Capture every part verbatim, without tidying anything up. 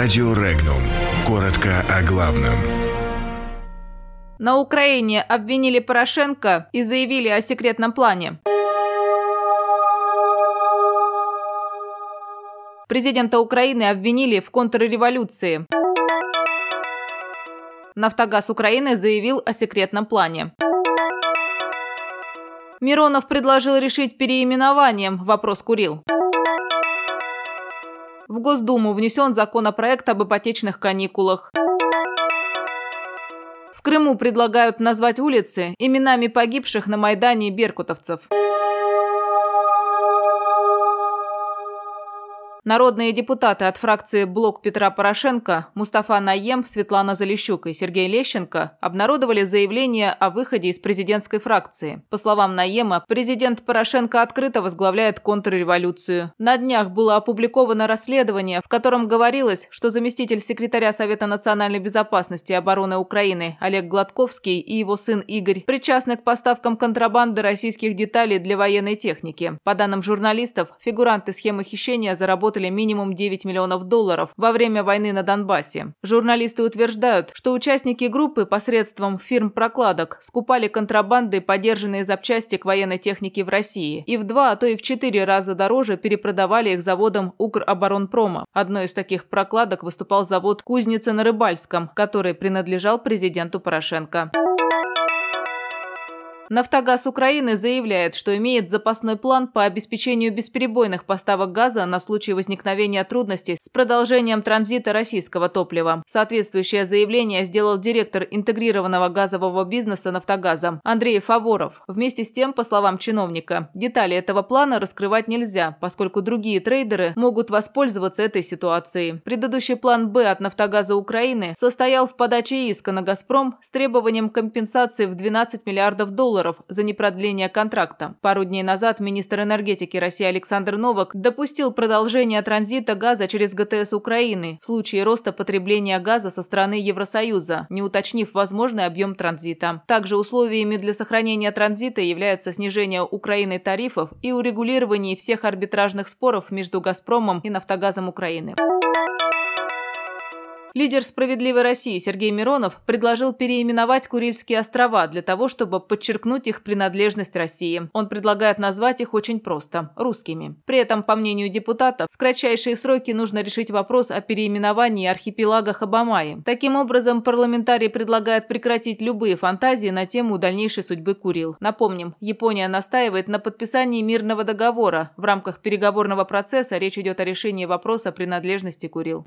Радио Регнум. Коротко о главном. На Украине обвинили Порошенко и заявили о секретном плане. Президента Украины обвинили в контрреволюции. Нафтогаз Украины заявил о секретном плане. Миронов предложил решить переименованием вопрос Курил. В Госдуму внесен законопроект об ипотечных каникулах. В Крыму предлагают назвать улицы именами погибших на Майдане беркутовцев. Народные депутаты от фракции «Блок Петра Порошенко» Мустафа Найем, Светлана Залищук и Сергей Лещенко обнародовали заявление о выходе из президентской фракции. По словам Найема, президент Порошенко открыто возглавляет контрреволюцию. На днях было опубликовано расследование, в котором говорилось, что заместитель секретаря Совета национальной безопасности и обороны Украины Олег Гладковский и его сын Игорь причастны к поставкам контрабанды российских деталей для военной техники. По данным журналистов, фигуранты схемы хищения заработали минимум девять миллионов долларов во время войны на Донбассе. Журналисты утверждают, что участники группы посредством фирм-прокладок скупали контрабандой подержанные запчасти к военной технике в России и в два, а то и в четыре раза дороже перепродавали их заводам Укроборонпрома. Одной из таких прокладок выступал завод «Кузница на Рыбальском», который принадлежал президенту Порошенко. Нафтогаз Украины заявляет, что имеет запасной план по обеспечению бесперебойных поставок газа на случай возникновения трудностей с продолжением транзита российского топлива. Соответствующее заявление сделал директор интегрированного газового бизнеса «Нафтогаза» Андрей Фаворов. Вместе с тем, по словам чиновника, детали этого плана раскрывать нельзя, поскольку другие трейдеры могут воспользоваться этой ситуацией. Предыдущий план «Б» от «Нафтогаза Украины» состоял в подаче иска на «Газпром» с требованием компенсации в двенадцать миллиардов долларов за непродление контракта. Пару дней назад министр энергетики России Александр Новак допустил продолжение транзита газа через ГТС Украины в случае роста потребления газа со стороны Евросоюза, не уточнив возможный объем транзита. Также условиями для сохранения транзита является снижение Украиной тарифов и урегулирование всех арбитражных споров между «Газпромом» и «Нафтогазом Украины». Лидер «Справедливой России» Сергей Миронов предложил переименовать Курильские острова для того, чтобы подчеркнуть их принадлежность России. Он предлагает назвать их очень просто – русскими. При этом, по мнению депутатов, в кратчайшие сроки нужно решить вопрос о переименовании архипелага Хабамаи. Таким образом, парламентарий предлагает прекратить любые фантазии на тему дальнейшей судьбы Курил. Напомним, Япония настаивает на подписании мирного договора. В рамках переговорного процесса речь идет о решении вопроса принадлежности Курил.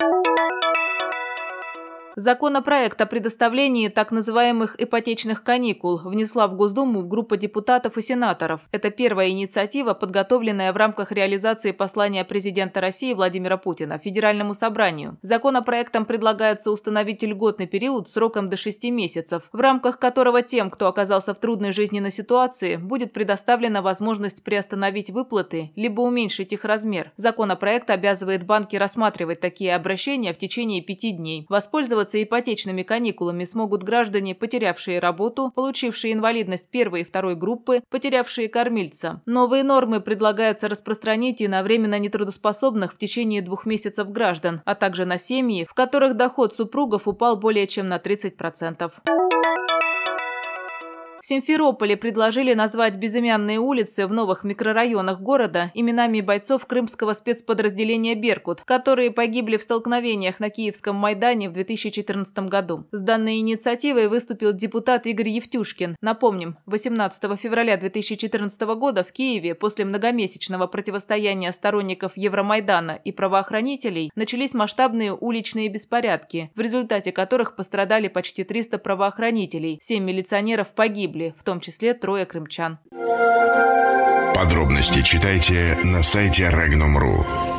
Законопроект о предоставлении так называемых ипотечных каникул внесла в Госдуму группа депутатов и сенаторов. Это первая инициатива, подготовленная в рамках реализации послания президента России Владимира Путина Федеральному собранию. Законопроектом предлагается установить льготный период сроком до шести месяцев, в рамках которого тем, кто оказался в трудной жизненной ситуации, будет предоставлена возможность приостановить выплаты либо уменьшить их размер. Законопроект обязывает банки рассматривать такие обращения в течение пяти дней. Воспользоваться ипотечными каникулами смогут граждане, потерявшие работу, получившие инвалидность первой и второй группы, потерявшие кормильца. Новые нормы предлагается распространить и на временно нетрудоспособных в течение двух месяцев граждан, а также на семьи, в которых доход супругов упал более чем на тридцать процентов. В Симферополе предложили назвать безымянные улицы в новых микрорайонах города именами бойцов крымского спецподразделения «Беркут», которые погибли в столкновениях на Киевском Майдане в две тысячи четырнадцатом году. С данной инициативой выступил депутат Игорь Евтюшкин. Напомним, восемнадцатого февраля две тысячи четырнадцатого года в Киеве после многомесячного противостояния сторонников Евромайдана и правоохранителей начались масштабные уличные беспорядки, в результате которых пострадали почти триста правоохранителей, семь милиционеров погибли, в том числе трое крымчан. Подробности читайте на сайте регнум точка ру.